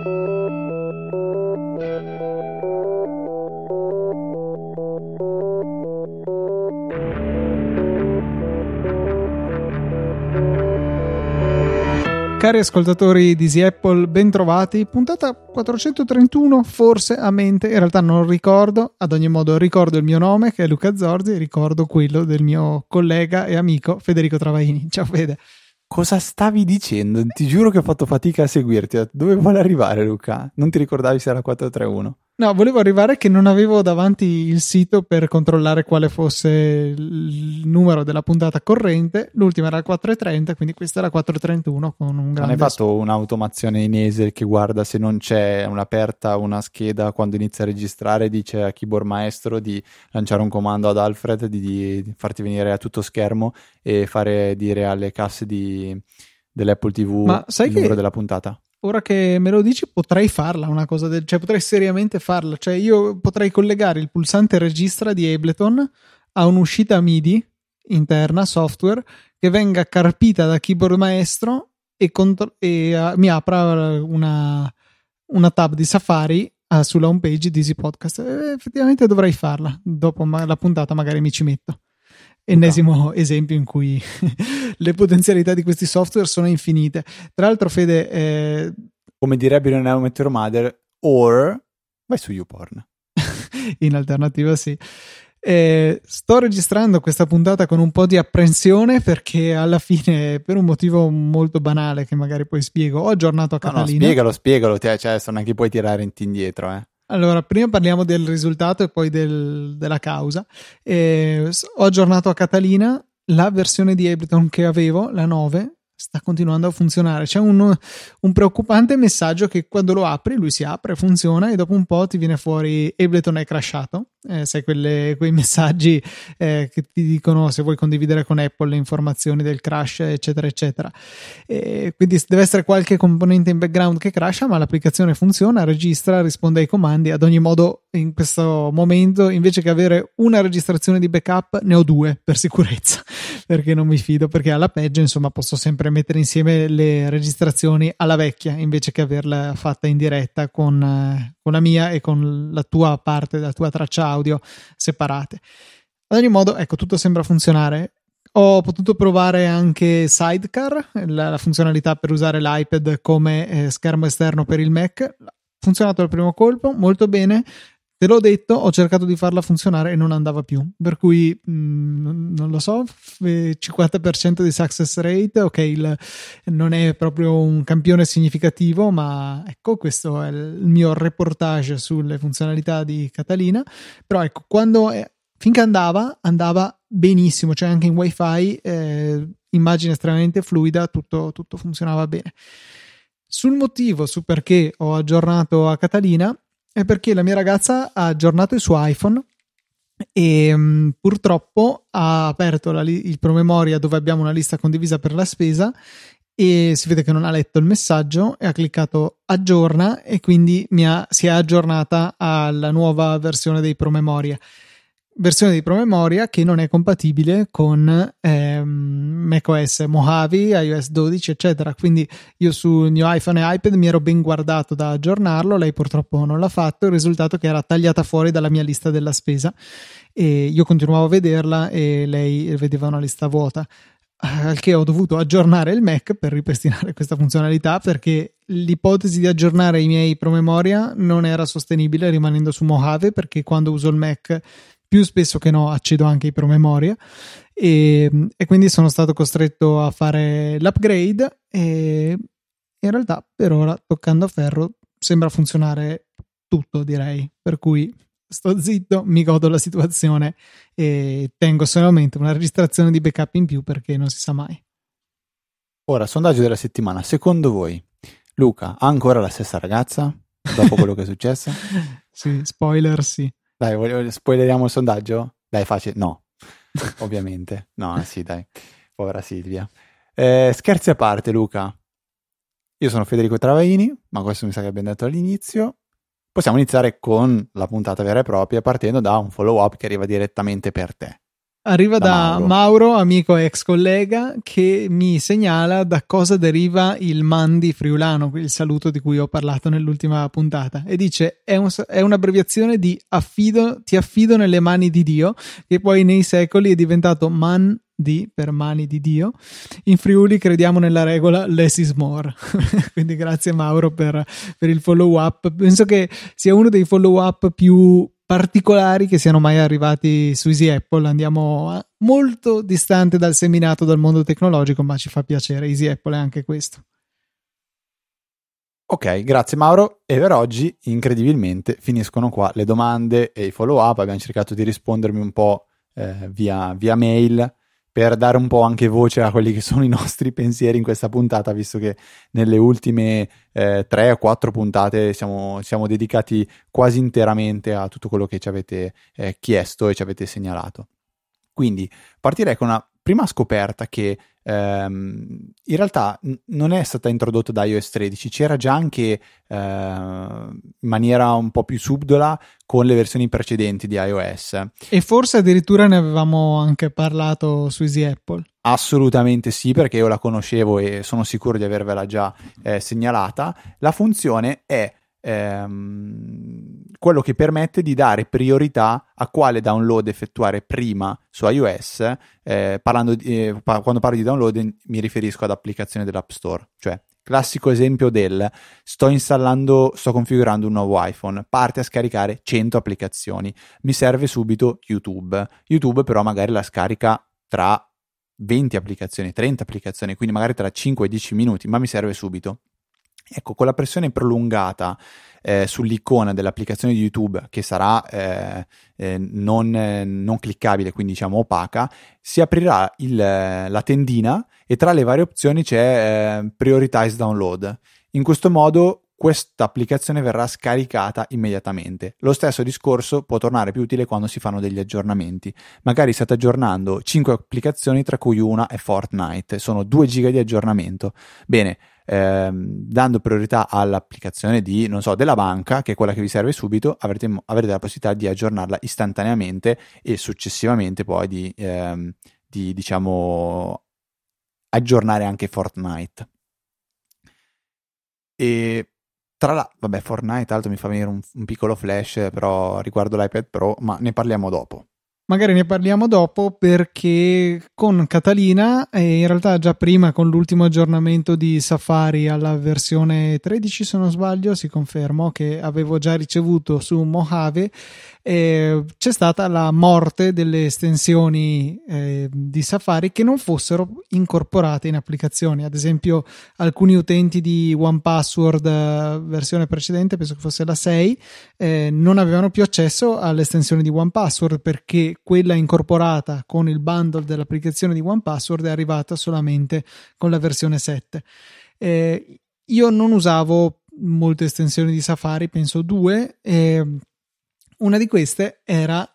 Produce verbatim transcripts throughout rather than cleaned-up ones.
Cari ascoltatori di Easy Apple, bentrovati. Puntata quattrocentotrentuno, forse a mente, in realtà non ricordo. Ad ogni modo ricordo il mio nome, che è Luca Zorzi, e ricordo quello del mio collega e amico Federico Travaini. Ciao Fede. Cosa stavi dicendo? Ti giuro che ho fatto fatica a seguirti. Dove vuole arrivare, Luca? Non ti ricordavi se era quattrocentotrentuno? No, volevo arrivare che non avevo davanti il sito per controllare quale fosse il numero della puntata corrente. L'ultima era il quattrocentotrenta, quindi questa era quattrocentotrentuno con un grande... Non hai fatto un'automazione in Excel che guarda se non c'è un'aperta una scheda quando inizia a registrare, dice a keyboard maestro di lanciare un comando ad Alfred, di, di farti venire a tutto schermo e fare dire alle casse di, dell'Apple ti vu Ma sai il numero che... della puntata? Ora che me lo dici, potrei farla una cosa del, cioè potrei seriamente farla. Cioè io potrei collegare il pulsante registra di Ableton a un'uscita MIDI interna software che venga carpita da keyboard maestro e, contro- e uh, mi apra una, una tab di Safari uh, sulla homepage di Easy Podcast. E effettivamente dovrei farla. Dopo ma- la puntata magari mi ci metto. Ennesimo esempio in cui le potenzialità di questi software sono infinite. Tra l'altro, Fede, eh... come direbbero in How I Met Your Mother, or vai su YouPorn. In alternativa sì. Eh, sto registrando questa puntata con un po' di apprensione perché alla fine, per un motivo molto banale che magari poi spiego, ho aggiornato a Catalina. No, no, spiegalo, spiegalo, cioè adesso non è che puoi tirare indietro, eh. Allora, prima parliamo del risultato e poi del, della causa. Eh, ho aggiornato a Catalina, la versione di Ableton che avevo, la nove, sta continuando a funzionare. C'è un, un preoccupante messaggio che quando lo apri, lui si apre, funziona e dopo un po' ti viene fuori Ableton è crashato. Eh, sai, quelle, quei messaggi eh, che ti dicono se vuoi condividere con Apple le informazioni del crash, eccetera, eccetera. E quindi deve essere qualche componente in background che crasha, ma l'applicazione funziona, registra, risponde ai comandi. Ad ogni modo, in questo momento, invece che avere una registrazione di backup, ne ho due per sicurezza, perché non mi fido, perché alla peggio, insomma, posso sempre mettere insieme le registrazioni alla vecchia invece che averla fatta in diretta con, eh, con la mia e con la tua parte, la tua traccia audio separate. Ad ogni modo, ecco, tutto sembra funzionare. Ho potuto provare anche Sidecar, la, la funzionalità per usare l'iPad come eh, schermo esterno per il Mac. Ha funzionato al primo colpo, molto bene. Te l'ho detto, ho cercato di farla funzionare e non andava più, per cui mh, non lo so, cinquanta per cento di success rate, ok, il, non è proprio un campione significativo, ma ecco, questo è il mio reportage sulle funzionalità di Catalina. Però ecco, quando è, finché andava, andava benissimo, cioè anche in wifi, eh, immagine estremamente fluida, tutto, tutto funzionava bene. Sul motivo, su perché ho aggiornato a Catalina, è perché la mia ragazza ha aggiornato il suo iPhone e um, purtroppo ha aperto la li- il promemoria dove abbiamo una lista condivisa per la spesa e si vede che non ha letto il messaggio e ha cliccato aggiorna e quindi mi ha, si è aggiornata alla nuova versione dei promemoria. Versione di promemoria che non è compatibile con ehm, macOS Mojave, iOS dodici, eccetera. Quindi io sul mio iPhone e iPad mi ero ben guardato da aggiornarlo, lei purtroppo non l'ha fatto. Il risultato è che era tagliata fuori dalla mia lista della spesa e io continuavo a vederla e lei vedeva una lista vuota. Al che ho dovuto aggiornare il Mac per ripristinare questa funzionalità, perché l'ipotesi di aggiornare i miei promemoria non era sostenibile rimanendo su Mojave, perché quando uso il Mac più spesso che no accedo anche ai promemoria e, e quindi sono stato costretto a fare l'upgrade e in realtà per ora, toccando a ferro, sembra funzionare tutto, direi, per cui sto zitto, mi godo la situazione e tengo solamente una registrazione di backup in più perché non si sa mai. Ora, sondaggio della settimana, secondo voi Luca ha ancora la stessa ragazza dopo quello che è successo? Sì, spoiler sì. Dai, voglio, spoileriamo il sondaggio? Dai, facile. No, ovviamente. No, sì, dai. Povera Silvia. Eh, scherzi a parte, Luca. Io sono Federico Travaini, ma questo mi sa che abbiamo detto all'inizio. Possiamo iniziare con la puntata vera e propria partendo da un follow-up che arriva direttamente per te. Arriva da, Da Mauro. Mauro. Mauro, amico ex collega, che mi segnala da cosa deriva il Mandi friulano, il saluto di cui ho parlato nell'ultima puntata, e dice è, un, è un'abbreviazione di affido, ti affido nelle mani di Dio, che poi nei secoli è diventato man di per mani di Dio. In Friuli crediamo nella regola less is more. Quindi grazie Mauro per, per il follow up. Penso che sia uno dei follow up più particolari che siano mai arrivati su Easy Apple. Andiamo molto distante dal seminato dal mondo tecnologico, ma ci fa piacere. Easy Apple è anche questo. Ok, grazie Mauro, e per oggi incredibilmente finiscono qua le domande e i follow up. Abbiamo cercato di rispondermi un po' eh, via, via mail, per dare un po' anche voce a quelli che sono i nostri pensieri in questa puntata, visto che nelle ultime eh, tre o quattro puntate siamo, siamo dedicati quasi interamente a tutto quello che ci avete eh, chiesto e ci avete segnalato. Quindi partirei con una prima scoperta che ehm, in realtà n- non è stata introdotta da iOS tredici, c'era già anche eh, in maniera un po' più subdola con le versioni precedenti di iOS. E forse addirittura ne avevamo anche parlato su Easy Apple. Assolutamente sì, perché io la conoscevo e sono sicuro di avervela già eh, segnalata. La funzione è ehm, quello che permette di dare priorità a quale download effettuare prima su iOS. Eh, parlando di, eh, pa- quando parlo di download mi riferisco ad applicazioni dell'App Store, cioè classico esempio del sto installando, sto configurando un nuovo iPhone, parte a scaricare cento applicazioni, mi serve subito YouTube. YouTube però magari la scarica tra venti applicazioni, trenta applicazioni, quindi magari tra cinque e dieci minuti, ma mi serve subito. Ecco, con la pressione prolungata eh, sull'icona dell'applicazione di YouTube, che sarà eh, eh, non, eh, non cliccabile, quindi diciamo opaca, si aprirà il, la tendina e tra le varie opzioni c'è eh, Prioritize Download. In questo modo questa applicazione verrà scaricata immediatamente. Lo stesso discorso può tornare più utile quando si fanno degli aggiornamenti. Magari state aggiornando cinque applicazioni, tra cui una è Fortnite, sono due giga di aggiornamento. Bene, ehm, dando priorità all'applicazione di, non so, della banca, che è quella che vi serve subito, avrete, avrete la possibilità di aggiornarla istantaneamente e successivamente poi di, ehm, di diciamo, aggiornare anche Fortnite. E tra la, vabbè, Fortnite, tra l'altro mi fa venire un, un piccolo flash, però riguardo l'iPad Pro, ma ne parliamo dopo. Magari ne parliamo dopo, perché con Catalina e in realtà già prima con l'ultimo aggiornamento di Safari alla versione tredici, se non sbaglio, si confermò che avevo già ricevuto su Mojave, eh, c'è stata la morte delle estensioni eh, di Safari che non fossero incorporate in applicazioni. Ad esempio alcuni utenti di one password eh, versione precedente, penso che fosse la sei, eh, non avevano più accesso all'estensione di one password, perché quella incorporata con il bundle dell'applicazione di one password è arrivata solamente con la versione sette. Eh, io non usavo molte estensioni di Safari, penso due, e una di queste era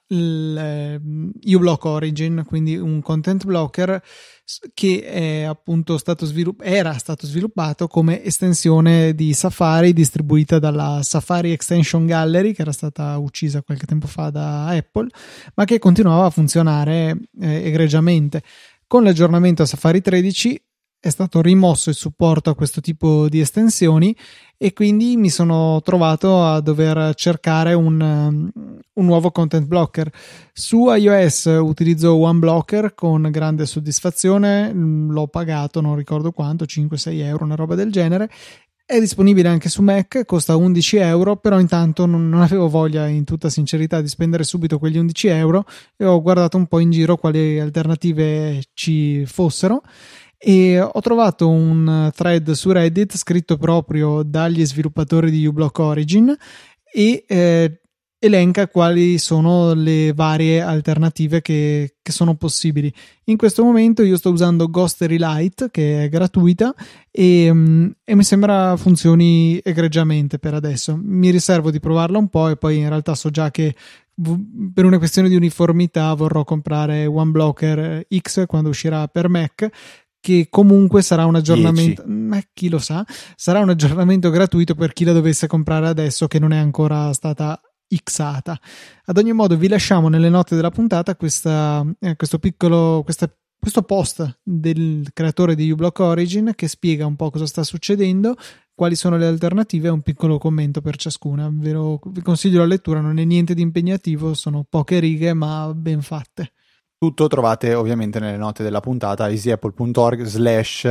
il uBlock Origin, quindi un content blocker che è appunto stato svilupp- era stato sviluppato come estensione di Safari, distribuita dalla Safari Extension Gallery, che era stata uccisa qualche tempo fa da Apple, ma che continuava a funzionare eh, egregiamente. Con l'aggiornamento a Safari tredici è stato rimosso il supporto a questo tipo di estensioni e quindi mi sono trovato a dover cercare un, un nuovo content blocker. Su iOS utilizzo OneBlocker con grande soddisfazione, l'ho pagato non ricordo quanto, cinque sei euro, una roba del genere. È disponibile anche su Mac, costa undici euro, però intanto non, non avevo voglia, in tutta sincerità, di spendere subito quegli undici euro e ho guardato un po' in giro quali alternative ci fossero. E ho trovato un thread su Reddit scritto proprio dagli sviluppatori di uBlock Origin e eh, elenca quali sono le varie alternative che, che sono possibili. In questo momento io sto usando Ghostery Lite, che è gratuita e, um, e mi sembra funzioni egregiamente per adesso. Mi riservo di provarla un po' e poi in realtà so già che per una questione di uniformità vorrò comprare OneBlocker X quando uscirà per Mac, che comunque sarà un aggiornamento, ma chi lo sa, sarà un aggiornamento gratuito per chi la dovesse comprare adesso, che non è ancora stata xata. Ad ogni modo vi lasciamo nelle note della puntata questa, eh, questo piccolo questa, questo post del creatore di uBlock Origin che spiega un po' cosa sta succedendo, quali sono le alternative e un piccolo commento per ciascuna. Ve lo, vi consiglio la lettura, non è niente di impegnativo, sono poche righe ma ben fatte. Tutto trovate ovviamente nelle note della puntata easyapple.org slash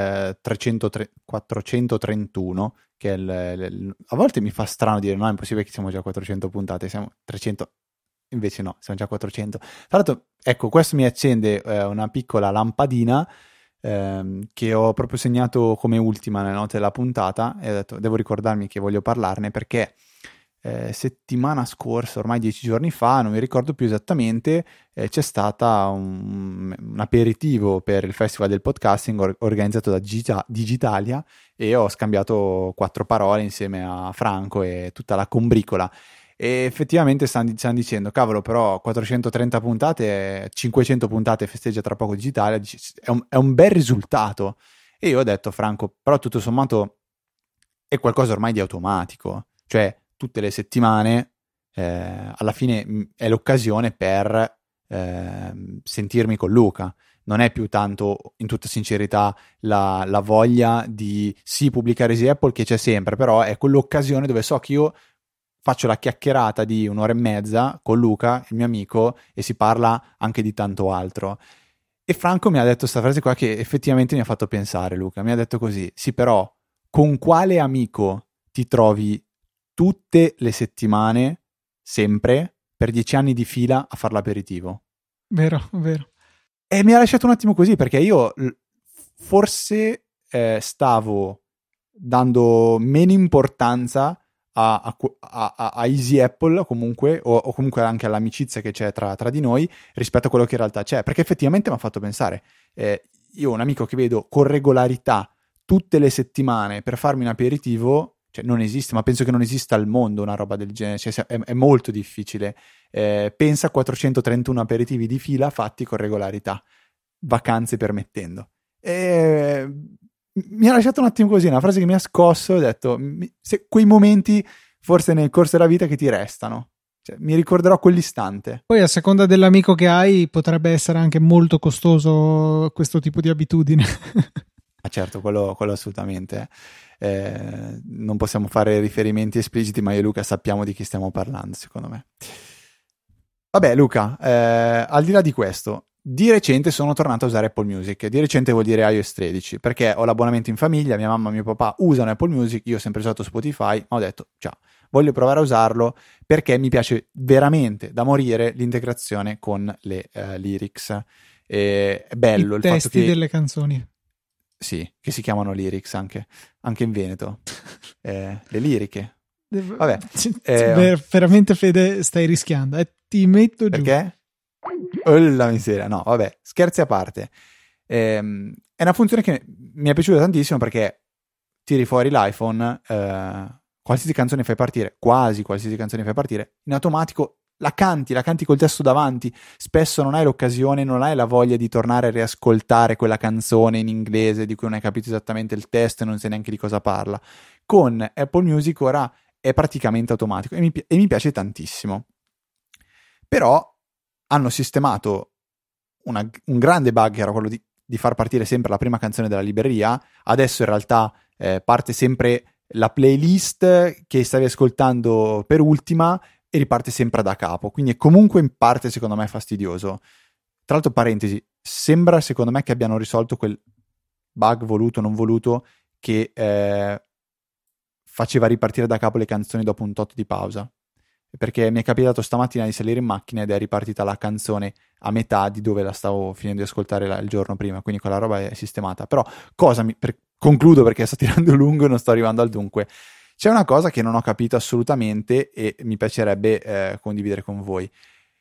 quattrocentotrentuno, che è il, il, a volte mi fa strano dire no, è impossibile che siamo già a quattrocento puntate, siamo trecento, invece no, siamo già a quattrocento. Tra l'altro, ecco, questo mi accende eh, una piccola lampadina ehm, che ho proprio segnato come ultima nelle note della puntata e ho detto devo ricordarmi che voglio parlarne perché Eh, settimana scorsa, ormai dieci giorni fa, non mi ricordo più esattamente, eh, c'è stata un, un aperitivo per il Festival del Podcasting or- organizzato da Digita- Digitalia e ho scambiato quattro parole insieme a Franco e tutta la combricola e effettivamente stanno, stanno dicendo cavolo, però quattrocentotrenta puntate, cinquecento puntate festeggia tra poco Digitalia, è un, è un bel risultato. E io ho detto Franco, però tutto sommato è qualcosa ormai di automatico, cioè tutte le settimane eh, alla fine mh, è l'occasione per eh, sentirmi con Luca. Non è più tanto, in tutta sincerità, la, la voglia di sì pubblicare Easy Apple che c'è sempre, però è quell'occasione dove so che io faccio la chiacchierata di un'ora e mezza con Luca, il mio amico, e si parla anche di tanto altro. E Franco mi ha detto questa frase qua che effettivamente mi ha fatto pensare, Luca. Mi ha detto così: sì, però con quale amico ti trovi tutte le settimane, sempre, per dieci anni di fila a fare l'aperitivo? Vero, vero. E mi ha lasciato un attimo così, perché io forse eh, stavo dando meno importanza a, a, a, a Easy Apple comunque, o, o comunque anche all'amicizia che c'è tra, tra di noi, rispetto a quello che in realtà c'è, perché effettivamente mi ha fatto pensare. Eh, io ho un amico che vedo con regolarità tutte le settimane per farmi un aperitivo. Cioè, non esiste, ma penso che non esista al mondo una roba del genere, cioè, è, è molto difficile. Eh, pensa a quattrocentotrentuno aperitivi di fila fatti con regolarità, vacanze permettendo. E mi ha lasciato un attimo così, una frase che mi ha scosso, ho detto, se, quei momenti forse nel corso della vita che ti restano, cioè, mi ricorderò quell'istante. Poi a seconda dell'amico che hai potrebbe essere anche molto costoso questo tipo di abitudine. Ah, certo, quello, quello assolutamente. Eh, non possiamo fare riferimenti espliciti, ma io e Luca sappiamo di chi stiamo parlando, secondo me. Vabbè, Luca, eh, al di là di questo, di recente sono tornato a usare Apple Music. Di recente vuol dire iOS tredici, perché ho l'abbonamento in famiglia, mia mamma e mio papà usano Apple Music, io ho sempre usato Spotify, ma ho detto, ciao, voglio provare a usarlo perché mi piace veramente da morire l'integrazione con le uh, lyrics. E è bello I il testi fatto che... delle canzoni. Sì, che si chiamano lyrics anche, anche in Veneto. Eh, le liriche. Vabbè. Eh, veramente, Fede, stai rischiando. Eh, ti metto giù. Perché? Oh, la miseria. No, vabbè, scherzi a parte. Eh, è una funzione che mi è piaciuta tantissimo perché tiri fuori l'iPhone, eh, qualsiasi canzone fai partire, quasi qualsiasi canzone fai partire, in automatico la canti, la canti col testo davanti. Spesso non hai l'occasione, non hai la voglia di tornare a riascoltare quella canzone in inglese di cui non hai capito esattamente il testo e non sai neanche di cosa parla. Con Apple Music ora è praticamente automatico e mi, pi- e mi piace tantissimo. Però hanno sistemato una, un grande bug che era quello di, di far partire sempre la prima canzone della libreria. Adesso in realtà eh, parte sempre la playlist che stavi ascoltando per ultima e riparte sempre da capo, quindi è comunque in parte secondo me fastidioso. Tra l'altro, parentesi, sembra secondo me che abbiano risolto quel bug voluto o non voluto che eh, faceva ripartire da capo le canzoni dopo un tot di pausa, perché mi è capitato stamattina di salire in macchina ed è ripartita la canzone a metà di dove la stavo finendo di ascoltare la, il giorno prima, quindi quella roba è sistemata. Però cosa mi, per, concludo perché sto tirando lungo e non sto arrivando al dunque. C'è una cosa che non ho capito assolutamente e mi piacerebbe eh, condividere con voi.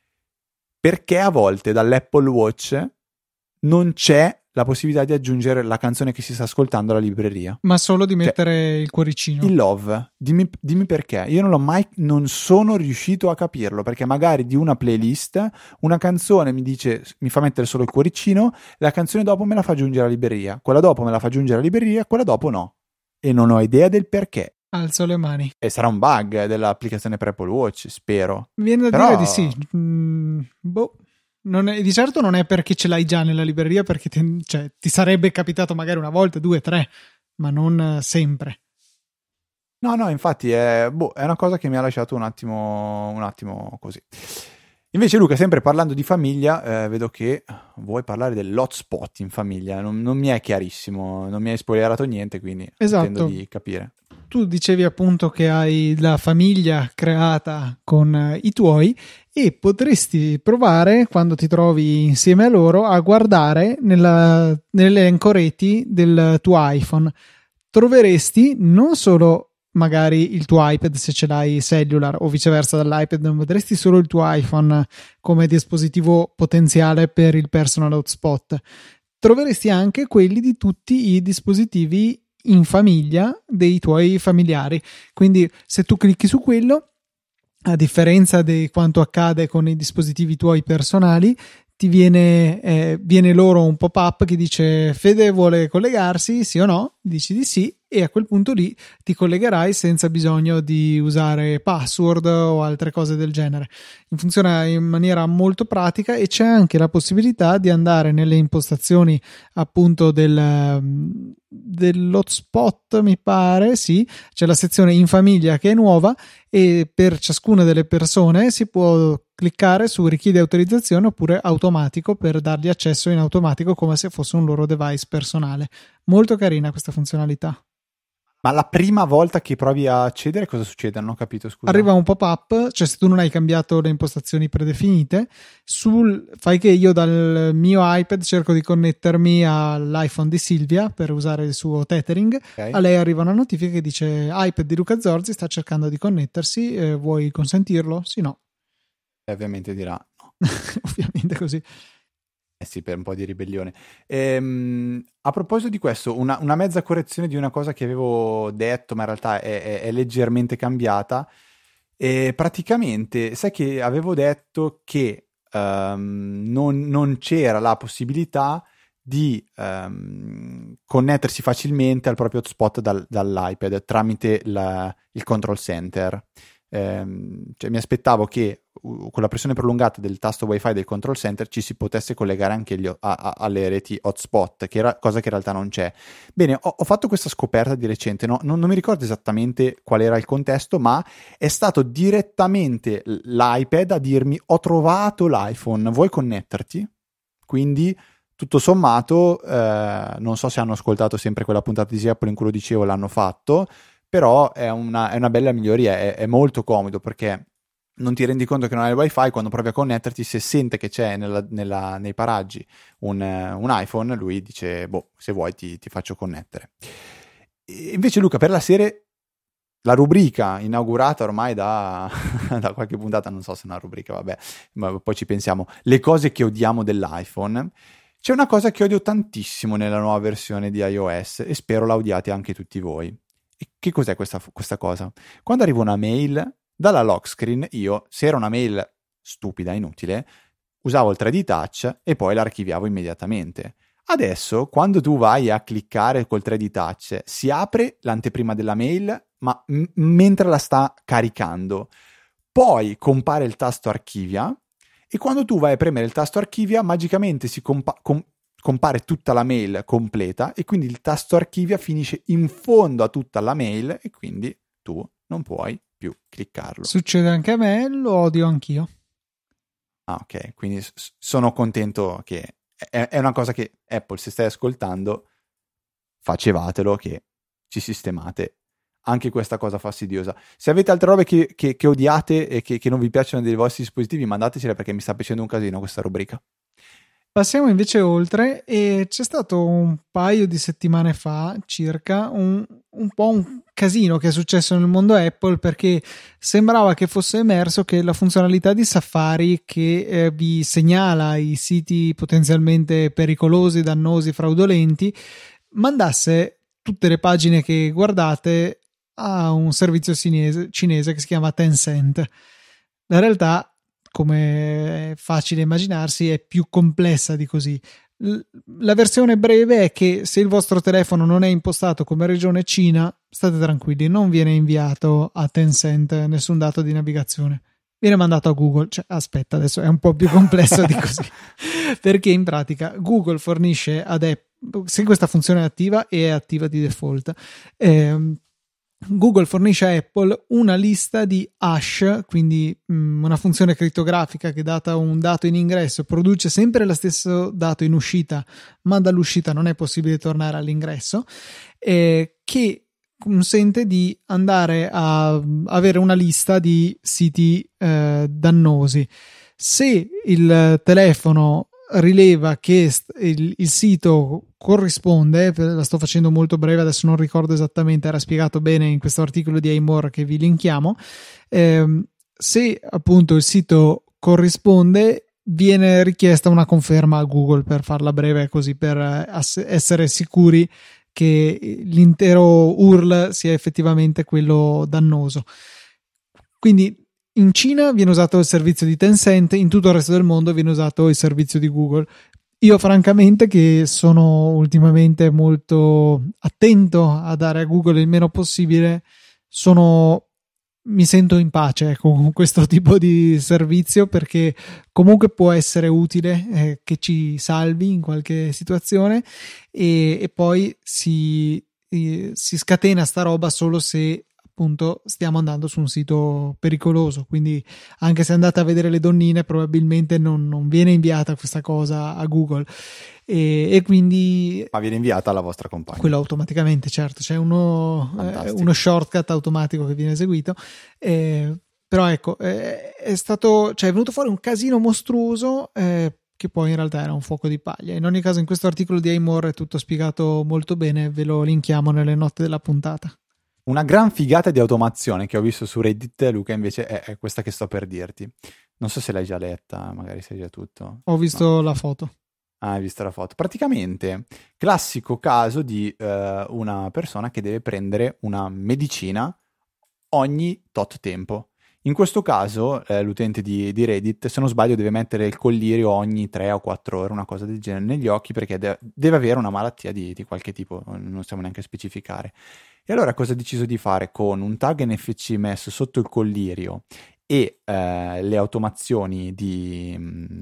Perché a volte dall'Apple Watch non c'è la possibilità di aggiungere la canzone che si sta ascoltando alla libreria? Ma solo di mettere cioè, il cuoricino. Il love, dimmi, dimmi perché. Io non l'ho mai, non sono riuscito a capirlo, perché magari di una playlist una canzone mi dice, mi fa mettere solo il cuoricino, la canzone dopo me la fa aggiungere alla libreria, quella dopo me la fa aggiungere alla libreria, quella dopo no. E non ho idea del perché. Alzo le mani. E sarà un bug dell'applicazione per Apple Watch, spero. Viene da Però... dire di sì. Mm, boh. Non è, di certo non è perché ce l'hai già nella libreria, perché te, cioè, ti sarebbe capitato magari una volta, due, tre, ma non sempre. No, no, infatti è, boh, è una cosa che mi ha lasciato un attimo, un attimo così. Invece Luca, sempre parlando di famiglia, eh, vedo che vuoi parlare dell'hotspot in famiglia. Non, non mi è chiarissimo, non mi hai spoilerato niente, quindi Esatto. tendo di capire. Tu dicevi appunto che hai la famiglia creata con i tuoi e potresti provare, quando ti trovi insieme a loro, a guardare nella, nell'elenco reti del tuo iPhone. Troveresti non solo magari il tuo iPad, se ce l'hai cellular, o viceversa dall'iPad, non vedresti solo il tuo iPhone come dispositivo potenziale per il personal hotspot. Troveresti anche quelli di tutti i dispositivi in famiglia dei tuoi familiari. Quindi se tu clicchi su quello, a differenza di quanto accade con i dispositivi tuoi personali, ti viene, eh, viene loro un pop-up che dice: Fede vuole collegarsi, sì o no? Dici di sì, e a quel punto lì ti collegherai senza bisogno di usare password o altre cose del genere. Funziona in maniera molto pratica e c'è anche la possibilità di andare nelle impostazioni appunto del, dell'hotspot, mi pare, sì, c'è la sezione in famiglia che è nuova e per ciascuna delle persone si può cliccare su richiede autorizzazione oppure automatico per dargli accesso in automatico come se fosse un loro device personale. Molto carina questa funzionalità. Ma la prima volta che provi a accedere cosa succede? Non ho capito, scusa. Arriva un pop-up, cioè se tu non hai cambiato le impostazioni predefinite, sul, fai che io dal mio iPad cerco di connettermi all'iPhone di Silvia per usare il suo tethering, okay. A lei arriva una notifica che dice iPad di Luca Zorzi sta cercando di connettersi, eh, vuoi consentirlo? Sì, no. E ovviamente dirà no. Ovviamente così. Eh sì, per un po' di ribellione. Ehm, a proposito di questo, una, una mezza correzione di una cosa che avevo detto, ma in realtà è, è, è leggermente cambiata. E praticamente, sai che avevo detto che um, non, non c'era la possibilità di um, connettersi facilmente al proprio hotspot dal, dall'iPad tramite la, il control center. Ehm, cioè mi aspettavo che uh, con la pressione prolungata del tasto wifi del control center ci si potesse collegare anche gli, a, a, alle reti hotspot, che era cosa che in realtà non c'è. Bene, ho, ho fatto questa scoperta di recente, no? non, non mi ricordo esattamente qual era il contesto, ma è stato direttamente l'iPad a dirmi: ho trovato l'iPhone, vuoi connetterti? Quindi tutto sommato eh, non so se hanno ascoltato sempre quella puntata di Apple in cui lo dicevo, l'hanno fatto. Però è una, è una bella miglioria, è, è molto comodo perché non ti rendi conto che non hai il wifi, quando provi a connetterti, se sente che c'è nella, nella, nei paraggi un, un iPhone, lui dice: boh, se vuoi ti, ti faccio connettere. E invece Luca, per la serie, la rubrica inaugurata ormai da, da qualche puntata, non so se è una rubrica, vabbè, ma poi ci pensiamo, le cose che odiamo dell'iPhone. C'è una cosa che odio tantissimo nella nuova versione di iOS e spero la odiate anche tutti voi. E che cos'è questa, questa cosa? Quando arriva una mail dalla lock screen, io, se era una mail stupida, inutile, usavo il tre D Touch e poi l'archiviavo immediatamente. Adesso, quando tu vai a cliccare col tre D Touch, si apre l'anteprima della mail, ma m- mentre la sta caricando. Poi compare il tasto archivia e quando tu vai a premere il tasto archivia, magicamente si compa- com- compare tutta la mail completa e quindi il tasto archivia finisce in fondo a tutta la mail e quindi tu non puoi più cliccarlo. Succede anche a me, lo odio anch'io. Ah, ok, quindi s- sono contento che è, è una cosa che Apple, se stai ascoltando, facevatelo, che ci sistemate anche questa cosa fastidiosa. Se avete altre robe che, che, che odiate e che, che non vi piacciono dei vostri dispositivi, mandatecele perché mi sta piacendo un casino questa rubrica. Passiamo invece oltre e c'è stato un paio di settimane fa circa un, un po' un casino che è successo nel mondo Apple, perché sembrava che fosse emerso che la funzionalità di Safari che eh, vi segnala i siti potenzialmente pericolosi, dannosi, fraudolenti, mandasse tutte le pagine che guardate a un servizio cinese, cinese che si chiama Tencent. La realtà, come è facile immaginarsi, è più complessa di così. La versione breve è che se il vostro telefono non è impostato come regione Cina, state tranquilli, non viene inviato a Tencent nessun dato di navigazione, viene mandato a Google. Cioè, aspetta, adesso è un po' più complesso di così, perché in pratica Google fornisce ad Apple, se questa funzione è attiva, e è attiva di default, ehm, Google fornisce a Apple una lista di hash, quindi mh, una funzione crittografica che, data un dato in ingresso, produce sempre lo stesso dato in uscita, ma dall'uscita non è possibile tornare all'ingresso, eh, che consente di andare a avere una lista di siti eh, dannosi. Se il telefono rileva che il, il sito corrisponde, la sto facendo molto breve, adesso non ricordo esattamente, era spiegato bene in questo articolo di iMore che vi linkiamo, eh, se appunto il sito corrisponde, viene richiesta una conferma a Google, per farla breve, così, per essere sicuri che l'intero U R L sia effettivamente quello dannoso. Quindi in Cina viene usato il servizio di Tencent, in tutto il resto del mondo viene usato il servizio di Google. Io francamente, che sono ultimamente molto attento a dare a Google il meno possibile, sono mi sento in pace con questo tipo di servizio, perché comunque può essere utile, eh, che ci salvi in qualche situazione, e, e poi si, eh, si scatena sta roba solo se appunto stiamo andando su un sito pericoloso. Quindi anche se andate a vedere le donnine, probabilmente non, non viene inviata questa cosa a Google, e, e quindi ma viene inviata alla vostra compagna, quello automaticamente, certo, c'è uno, eh, uno shortcut automatico che viene eseguito, eh, però ecco, eh, è stato, cioè è venuto fuori un casino mostruoso, eh, che poi in realtà era un fuoco di paglia. In ogni caso in questo articolo di iMore è tutto spiegato molto bene, ve lo linkiamo nelle note della puntata. Una gran figata di automazione che ho visto su Reddit, Luca, invece è, è questa che sto per dirti. Non so se l'hai già letta, magari sai già tutto. Ho visto no. la foto. Ah, hai visto la foto. Praticamente, classico caso di uh, una persona che deve prendere una medicina ogni tot tempo. In questo caso, eh, l'utente di, di Reddit, se non sbaglio, deve mettere il collirio ogni tre o quattro ore, una cosa del genere, negli occhi, perché de- deve avere una malattia di, di qualche tipo, non stiamo neanche a specificare. E allora cosa ha deciso di fare? Con un tag N F C messo sotto il collirio e eh, le automazioni di,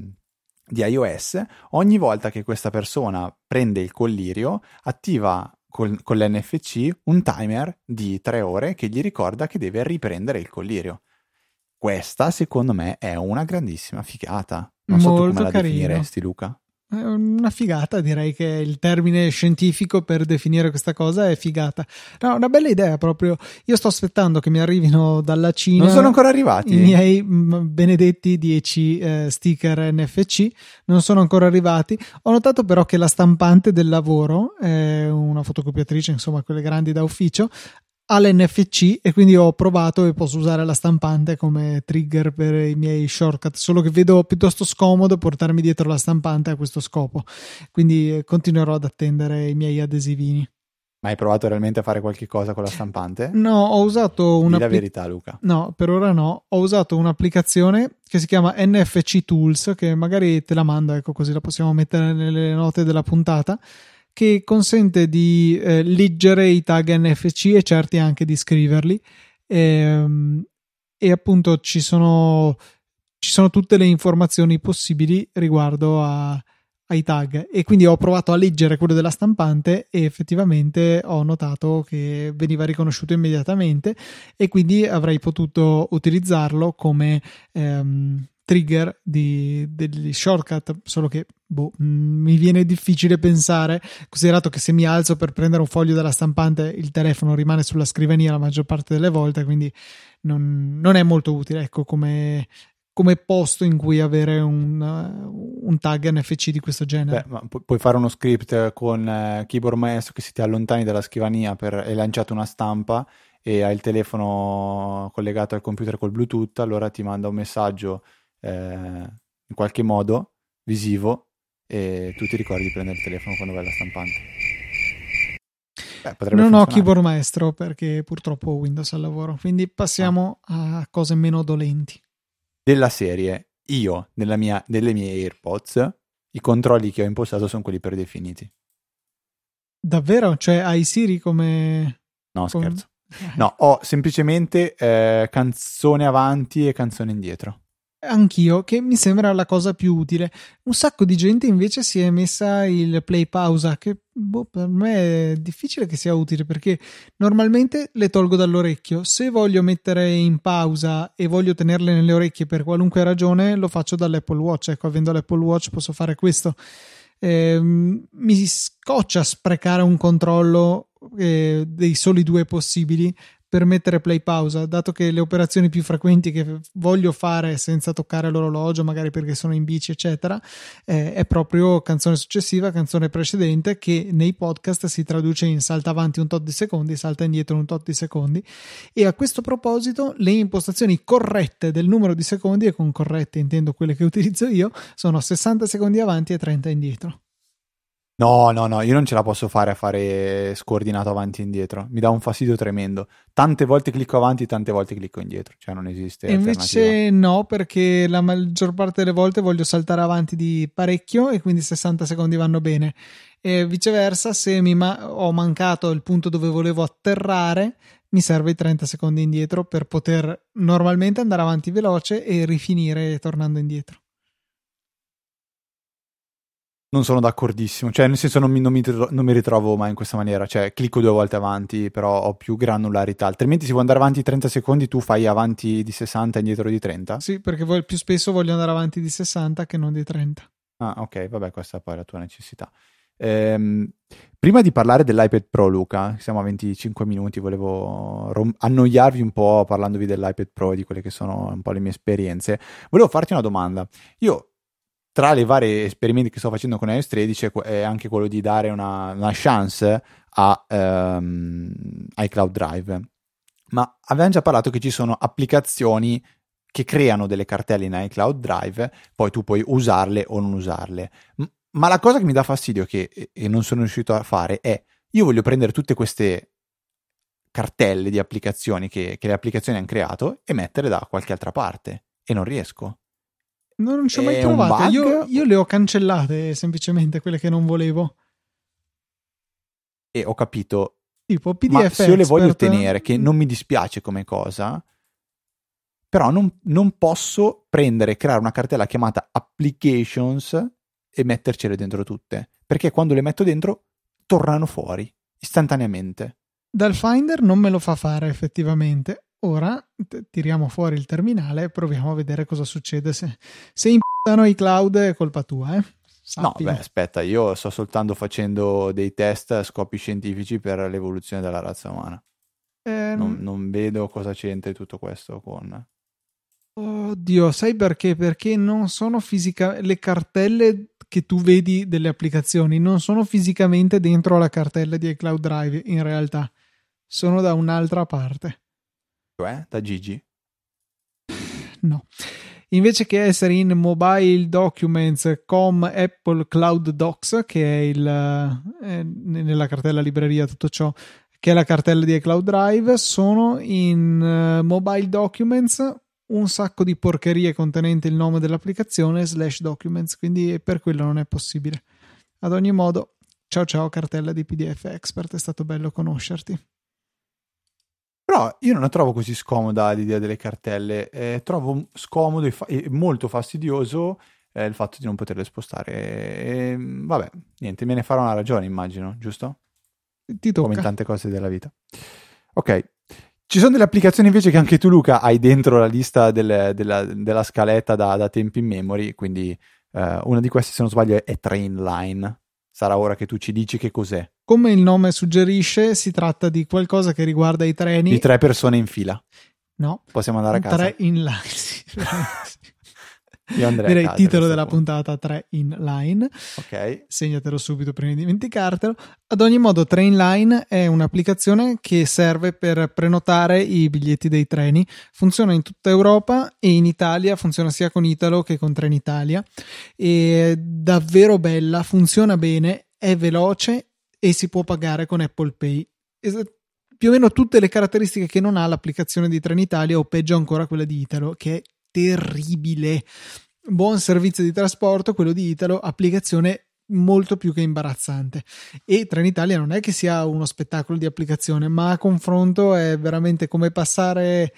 di iOS, ogni volta che questa persona prende il collirio, attiva col, con l'N F C un timer di tre ore che gli ricorda che deve riprendere il collirio. Questa, secondo me, è una grandissima figata. Non so tu come la definiresti, Luca. È una figata, direi che il termine scientifico per definire questa cosa è figata. No, una bella idea proprio. Io sto aspettando che mi arrivino dalla Cina. Non sono ancora arrivati i miei mh, benedetti dieci eh, sticker N F C. Non sono ancora arrivati. Ho notato però che la stampante del lavoro, è una fotocopiatrice, insomma quelle grandi da ufficio, ha l'N F C, e quindi ho provato e posso usare la stampante come trigger per i miei shortcut, solo che vedo piuttosto scomodo portarmi dietro la stampante a questo scopo, quindi continuerò ad attendere i miei adesivini. Ma hai provato realmente a fare qualche cosa con la stampante? No, ho usato una... Dì la verità, Luca. No, per ora no. Ho usato un'applicazione che si chiama N F C Tools, che magari te la mando, ecco, così la possiamo mettere nelle note della puntata, che consente di eh, leggere i tag N F C e certi anche di scriverli, e, e appunto ci sono, ci sono tutte le informazioni possibili riguardo a, ai tag, e quindi ho provato a leggere quello della stampante e effettivamente ho notato che veniva riconosciuto immediatamente, e quindi avrei potuto utilizzarlo come ehm, trigger di, degli shortcut, solo che boh, mi viene difficile pensare, considerato che se mi alzo per prendere un foglio dalla stampante il telefono rimane sulla scrivania la maggior parte delle volte, quindi non, non è molto utile, ecco, come, come posto in cui avere un, un tag N F C di questo genere. Beh, ma pu- puoi fare uno script con eh, Keyboard Maestro che si ti allontani dalla scrivania per hai lanciato una stampa e hai il telefono collegato al computer col Bluetooth, allora ti manda un messaggio eh, in qualche modo visivo e tu ti ricordi di prendere il telefono quando vai alla stampante. Beh, potrebbe non funzionare. ho Keyboard Maestro perché purtroppo ho Windows al lavoro, quindi passiamo ah. a cose meno dolenti. Della serie, io nella mia, nelle mie AirPods i controlli che ho impostato sono quelli predefiniti. Davvero? Cioè hai Siri come... No, come... scherzo. No, ho semplicemente eh, canzone avanti e canzone indietro. Anch'io, che mi sembra la cosa più utile. Un sacco di gente invece si è messa il play pausa, che boh, per me è difficile che sia utile, perché normalmente le tolgo dall'orecchio. Se voglio mettere in pausa e voglio tenerle nelle orecchie per qualunque ragione, lo faccio dall'Apple Watch. Ecco, avendo l'Apple Watch posso fare questo. Eh, mi scoccia sprecare un controllo eh, dei soli due possibili per mettere play pausa, dato che le operazioni più frequenti che voglio fare senza toccare l'orologio, magari perché sono in bici eccetera, eh, è proprio canzone successiva, canzone precedente, che nei podcast si traduce in salta avanti un tot di secondi, salta indietro un tot di secondi. E a questo proposito le impostazioni corrette del numero di secondi, e con corrette intendo quelle che utilizzo io, sono sessanta secondi avanti e trenta indietro. No, no, no, io non ce la posso fare a fare scordinato avanti e indietro. Mi dà un fastidio tremendo. Tante volte clicco avanti, tante volte clicco indietro. Cioè non esiste e alternativa. Invece no, perché la maggior parte delle volte voglio saltare avanti di parecchio e quindi sessanta secondi vanno bene. E viceversa, se mi ma- ho mancato il punto dove volevo atterrare, mi serve i trenta secondi indietro per poter normalmente andare avanti veloce e rifinire tornando indietro. Non sono d'accordissimo, cioè nel senso non mi, non, mi, non mi ritrovo mai in questa maniera, cioè clicco due volte avanti, però ho più granularità, altrimenti si può andare avanti trenta secondi, tu fai avanti di sessanta e indietro di trenta? Sì, perché poi più spesso voglio andare avanti di sessanta che non di trenta. Ah, ok, vabbè, questa poi è la tua necessità. Ehm, prima di parlare dell'iPad Pro, Luca, siamo a venticinque minuti, volevo rom- annoiarvi un po' parlandovi dell'iPad Pro e di quelle che sono un po' le mie esperienze. Volevo farti una domanda. Io tra le varie esperimenti che sto facendo con iOS tredici è anche quello di dare una, una chance a um, iCloud Drive, ma avevamo già parlato che ci sono applicazioni che creano delle cartelle in iCloud Drive, poi tu puoi usarle o non usarle, ma la cosa che mi dà fastidio che e non sono riuscito a fare è, io voglio prendere tutte queste cartelle di applicazioni che, che le applicazioni hanno creato e mettere da qualche altra parte e non riesco. No, non ci ho mai provato. Io, io le ho cancellate semplicemente quelle che non volevo. E ho capito. Tipo P D F ma se io le voglio Expert... ottenere, che non mi dispiace come cosa, però non, non posso prendere e creare una cartella chiamata Applications e mettercele dentro tutte. Perché quando le metto dentro tornano fuori istantaneamente. Dal Finder non me lo fa fare effettivamente. Ora t- tiriamo fuori il terminale e proviamo a vedere cosa succede. Se, se impattano i cloud è colpa tua, eh? Sappilo. No, beh, aspetta, io sto soltanto facendo dei test a scopi scientifici per l'evoluzione della razza umana. Eh, non, non vedo cosa c'entri tutto questo con... Oddio, sai perché? Perché non sono fisica... le cartelle che tu vedi delle applicazioni non sono fisicamente dentro la cartella di iCloud Drive, in realtà. Sono da un'altra parte. Cioè, da Gigi? No. Invece che essere in Mobile Documents com Apple Cloud Docs, che è il eh, nella cartella libreria tutto ciò, che è la cartella di iCloud Drive, sono in uh, Mobile Documents un sacco di porcherie contenente il nome dell'applicazione slash documents, quindi per quello non è possibile. Ad ogni modo, ciao ciao cartella di P D F Expert, è stato bello conoscerti. Però io non la trovo così scomoda l'idea delle cartelle, eh, trovo scomodo e, fa- e molto fastidioso eh, il fatto di non poterle spostare. E, vabbè, niente, me ne farò una ragione, immagino, giusto? Ti tocca. Come in tante cose della vita. Ok, ci sono delle applicazioni invece che anche tu, Luca, hai dentro la lista del, della, della scaletta da, da tempi in memory, quindi eh, una di queste, se non sbaglio, è Trainline. Sarà ora che tu ci dici che cos'è. Come il nome suggerisce, si tratta di qualcosa che riguarda i treni. Di tre persone in fila. No. Possiamo andare a casa. Tre in line. Sì. Io andrei Direi a casa, titolo della punto. puntata tre in line. Ok. Segnatelo subito prima di dimenticartelo. Ad ogni modo, Trainline è un'applicazione che serve per prenotare i biglietti dei treni. Funziona in tutta Europa e in Italia funziona sia con Italo che con Trenitalia. È davvero bella, funziona bene, è veloce e si può pagare con Apple Pay. Più o meno tutte le caratteristiche che non ha l'applicazione di Trenitalia, o peggio ancora quella di Italo, che è terribile. buon servizio di trasporto, quello di Italo, applicazione molto più che imbarazzante. E Trenitalia non è che sia uno spettacolo di applicazione, ma a confronto è veramente come passare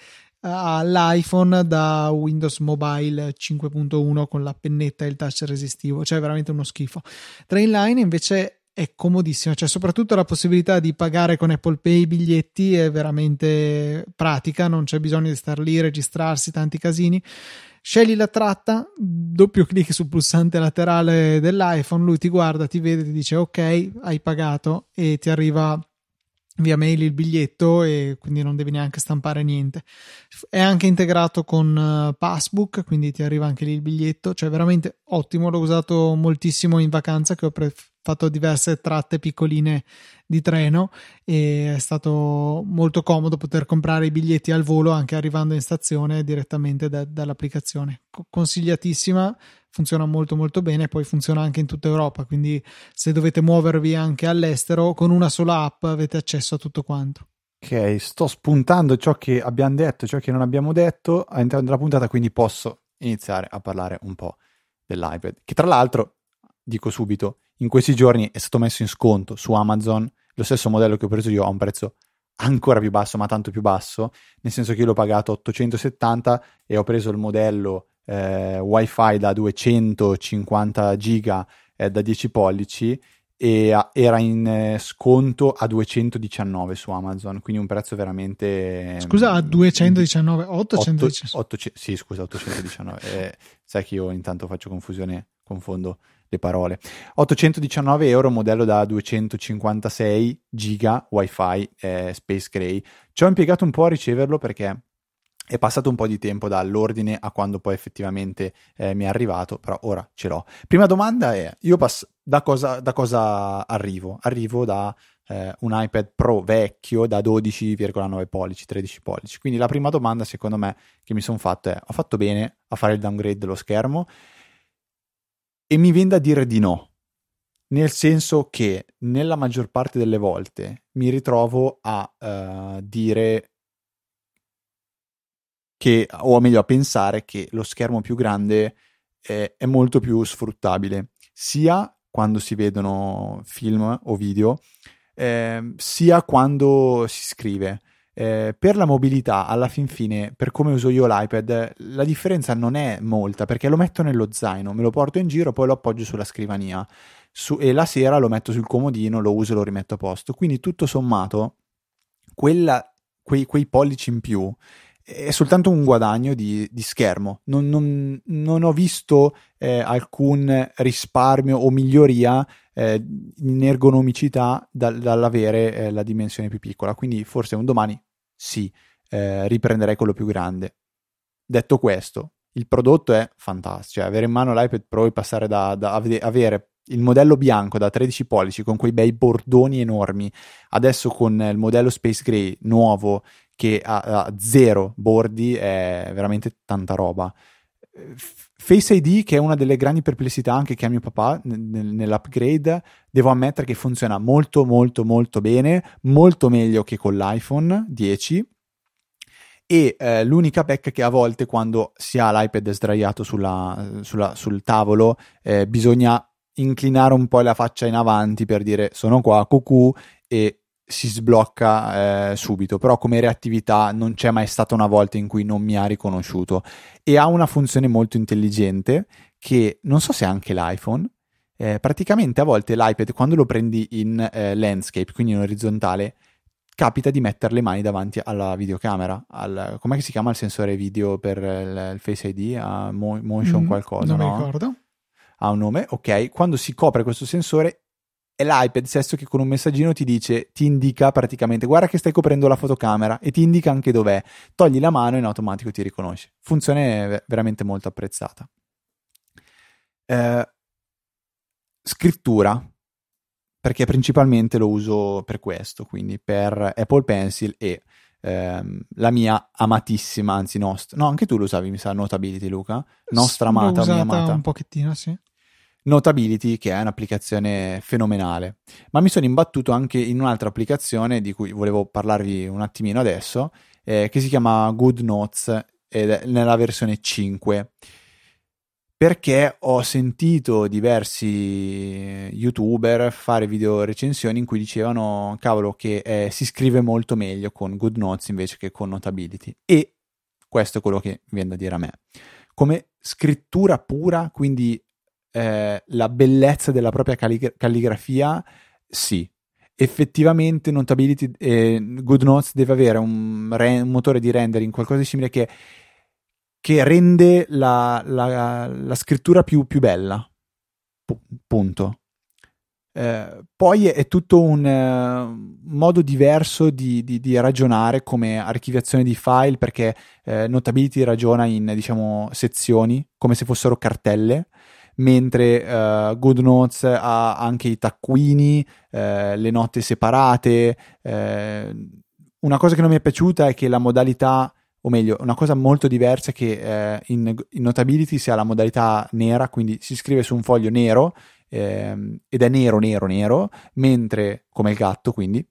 all'iPhone da Windows Mobile cinque punto uno con la pennetta e il touch resistivo, cioè veramente uno schifo. Trainline invece è comodissimo, cioè soprattutto la possibilità di pagare con Apple Pay i biglietti è veramente pratica, non c'è bisogno di star lì, registrarsi, tanti casini. Scegli la tratta, doppio clic sul pulsante laterale dell'iPhone, lui ti guarda, ti vede, ti dice ok, hai pagato, e ti arriva via mail il biglietto, e quindi non devi neanche stampare niente. È anche integrato con Passbook, quindi ti arriva anche lì il biglietto, cioè veramente ottimo. L'ho usato moltissimo in vacanza, che ho pre- fatto diverse tratte piccoline di treno, e è stato molto comodo poter comprare i biglietti al volo anche arrivando in stazione direttamente da, dall'applicazione. Consigliatissima, funziona molto molto bene, poi funziona anche in tutta Europa, quindi se dovete muovervi anche all'estero, con una sola app avete accesso a tutto quanto. Ok, sto spuntando ciò che abbiamo detto, ciò che non abbiamo detto all'interno della puntata, quindi posso iniziare a parlare un po' dell'iPad, che tra l'altro, dico subito, in questi giorni è stato messo in sconto su Amazon, lo stesso modello che ho preso io a un prezzo ancora più basso, ma tanto più basso, nel senso che io l'ho pagato ottocentosettanta e ho preso il modello eh, Wi-Fi da duecentocinquanta giga eh, da dieci pollici, e a, era in eh, sconto a duecentodiciannove su Amazon, quindi un prezzo veramente... Scusa, a duecentodiciannove, ottocentodiciannove? otto, otto, sì, scusa, ottocentodiciannove. eh, sai che io intanto faccio confusione, confondo le parole. ottocentodiciannove euro, modello da duecentocinquantasei giga Wi-Fi eh, Space Gray. Ci ho impiegato un po' a riceverlo perché è passato un po' di tempo dall'ordine a quando poi effettivamente eh, mi è arrivato, però ora ce l'ho. Prima domanda è, io passo, da cosa, da cosa arrivo? Arrivo da eh, un iPad Pro vecchio da dodici virgola nove pollici, tredici pollici. Quindi la prima domanda secondo me che mi sono fatto è, ho fatto bene a fare il downgrade dello schermo? E mi viene da dire di no, nel senso che nella maggior parte delle volte mi ritrovo a uh, dire che, o meglio a pensare che lo schermo più grande è, è molto più sfruttabile, sia quando si vedono film o video, eh, sia quando si scrive. Eh, per la mobilità, alla fin fine, per come uso io l'iPad, la differenza non è molta, perché lo metto nello zaino, me lo porto in giro, poi lo appoggio sulla scrivania su, e la sera lo metto sul comodino, lo uso e lo rimetto a posto. Quindi tutto sommato quella, quei, quei pollici in più è soltanto un guadagno di, di schermo. Non, non, non ho visto eh, alcun risparmio o miglioria eh, in ergonomicità da, dall'avere eh, la dimensione più piccola. Quindi forse un domani sì, eh, riprenderei quello più grande. Detto questo, il prodotto è fantastico. Cioè, avere in mano l'iPad Pro e passare da, da avere il modello bianco da tredici pollici con quei bei bordoni enormi, adesso con il modello Space Gray nuovo che ha, ha zero bordi, è veramente tanta roba. Face I D, che è una delle grandi perplessità anche che ha mio papà nel, nell'upgrade, devo ammettere che funziona molto molto molto bene, molto meglio che con l'iPhone dieci, e eh, l'unica pecca che a volte quando si ha l'iPad sdraiato sulla, sulla, sul tavolo eh, bisogna inclinare un po' la faccia in avanti per dire sono qua, cucù, e si sblocca eh, subito, però come reattività non c'è mai stata una volta in cui non mi ha riconosciuto, e ha una funzione molto intelligente che non so se anche l'iPhone, eh, praticamente a volte l'iPad quando lo prendi in eh, landscape, quindi in orizzontale, capita di mettere le mani davanti alla videocamera, al, com'è che si chiama il sensore video per il, il Face I D? Uh, mo, motion mm, qualcosa, non no? mi ricordo. Ha un nome, ok. Quando si copre questo sensore è l'iPad stesso che con un messaggino ti dice, ti indica praticamente, guarda che stai coprendo la fotocamera, e ti indica anche dov'è. Togli la mano e in automatico ti riconosce. Funzione veramente molto apprezzata. Eh, scrittura, perché principalmente lo uso per questo, quindi per Apple Pencil e ehm, la mia amatissima, anzi nostra, no, anche tu lo usavi, mi sa, Notability, Luca? Nostra amata, L'ho mia amata. un pochettino, sì. Notability, che è un'applicazione fenomenale, ma mi sono imbattuto anche in un'altra applicazione di cui volevo parlarvi un attimino adesso, eh, che si chiama Good Notes, ed è nella versione cinque. perché ho sentito diversi YouTuber fare video recensioni in cui dicevano, cavolo, che eh, si scrive molto meglio con GoodNotes invece che con Notability, e questo è quello che viene da dire a me. Come scrittura pura, quindi eh, la bellezza della propria calligra- calligrafia, sì. Effettivamente Notability, eh, GoodNotes deve avere un, re- un motore di rendering, qualcosa di simile che, che rende la, la, la scrittura più, più bella. P- punto. Eh, poi è tutto un uh, modo diverso di, di, di ragionare come archiviazione di file, perché eh, Notability ragiona in, diciamo, sezioni, come se fossero cartelle, mentre uh, GoodNotes ha anche i taccuini, eh, le note separate. Eh, una cosa che non mi è piaciuta è che la modalità, o meglio, una cosa molto diversa è che eh, in, in Notability si ha la modalità nera, quindi si scrive su un foglio nero, eh, ed è nero, nero, nero, mentre, come il gatto, quindi,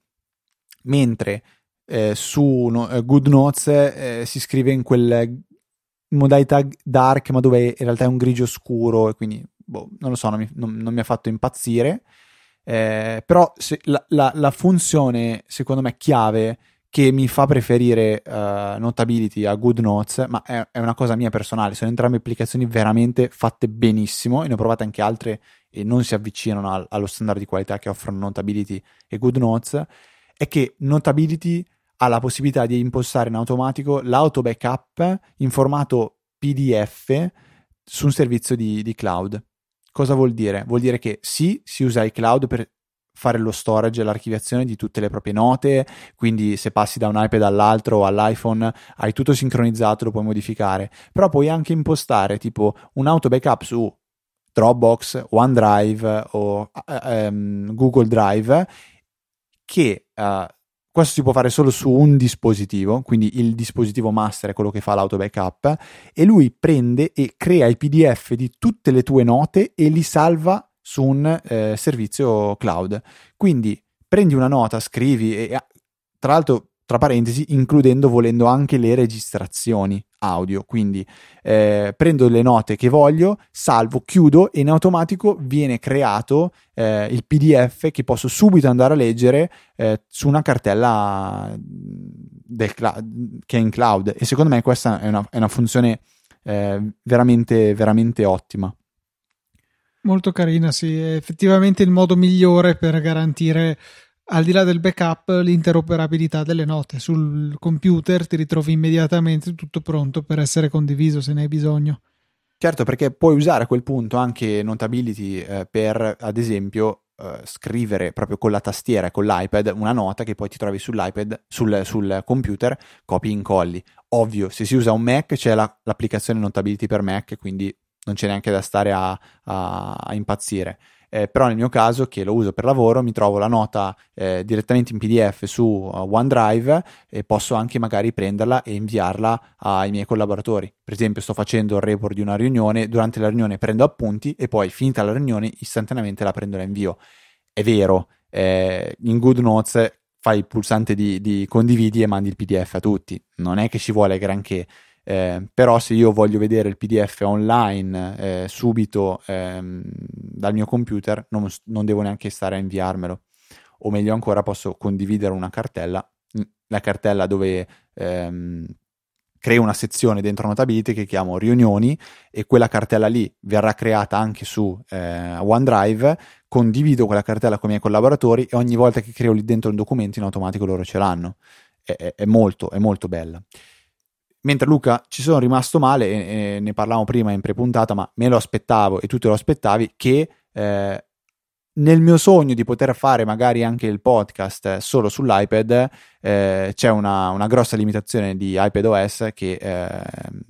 mentre eh, su no, eh, GoodNotes eh, si scrive in quella modalità dark, ma dove in realtà è un grigio scuro, e quindi, boh, non lo so, non mi, non, non mi ha fatto impazzire. Eh, però se, la, la, la funzione, secondo me, chiave che mi fa preferire uh, Notability a GoodNotes, ma è, è una cosa mia personale, sono entrambe applicazioni veramente fatte benissimo, e ne ho provate anche altre e non si avvicinano al, allo standard di qualità che offrono Notability e GoodNotes, è che Notability ha la possibilità di impostare in automatico l'auto backup in formato P D F su un servizio di, di cloud. Cosa vuol dire? Vuol dire che sì, si usa iCloud per fare lo storage e l'archiviazione di tutte le proprie note, quindi se passi da un iPad all'altro o all'iPhone hai tutto sincronizzato, lo puoi modificare, però puoi anche impostare tipo un auto backup su Dropbox, OneDrive o um, Google Drive, che uh, questo si può fare solo su un dispositivo, quindi il dispositivo master è quello che fa l'auto backup, e lui prende e crea i P D F di tutte le tue note e li salva su un eh, servizio cloud. Quindi prendi una nota, scrivi, e tra l'altro, tra parentesi, includendo, volendo, anche le registrazioni audio, quindi eh, prendo le note che voglio, salvo, chiudo, e in automatico viene creato eh, il P D F che posso subito andare a leggere eh, su una cartella del cl- che è in cloud, e secondo me questa è una, è una funzione eh, veramente veramente ottima. Molto carina, sì, è effettivamente il modo migliore per garantire, al di là del backup, l'interoperabilità delle note. Sul computer ti ritrovi immediatamente tutto pronto per essere condiviso se ne hai bisogno. Certo, perché puoi usare a quel punto anche Notability eh, per, ad esempio, eh, scrivere proprio con la tastiera e con l'iPad una nota che poi ti trovi sull'iPad, sul, sul computer, copi e incolli. Ovvio, se si usa un Mac c'è la, l'applicazione Notability per Mac, quindi non c'è neanche da stare a, a, a impazzire. Eh, però nel mio caso, che lo uso per lavoro, mi trovo la nota eh, direttamente in P D F su uh, OneDrive, e posso anche magari prenderla e inviarla ai miei collaboratori. Per esempio, sto facendo il report di una riunione, durante la riunione prendo appunti e poi, finita la riunione, istantaneamente la prendo e la invio. È vero, eh, in GoodNotes fai il pulsante di, di condividi e mandi il P D F a tutti, non è che ci vuole granché. Eh, però se io voglio vedere il P D F online eh, subito ehm, dal mio computer, non, non devo neanche stare a inviarmelo, o meglio ancora posso condividere una cartella, la cartella dove ehm, creo una sezione dentro Notability che chiamo riunioni, e quella cartella lì verrà creata anche su eh, OneDrive, condivido quella cartella con i miei collaboratori e ogni volta che creo lì dentro un documento in automatico loro ce l'hanno. È, è, è molto, è molto bella. Mentre Luca, ci sono rimasto male, e, e ne parlavamo prima in prepuntata, ma me lo aspettavo e tu te lo aspettavi, che eh, nel mio sogno di poter fare magari anche il podcast solo sull'iPad eh, c'è una, una grossa limitazione di iPadOS che, eh,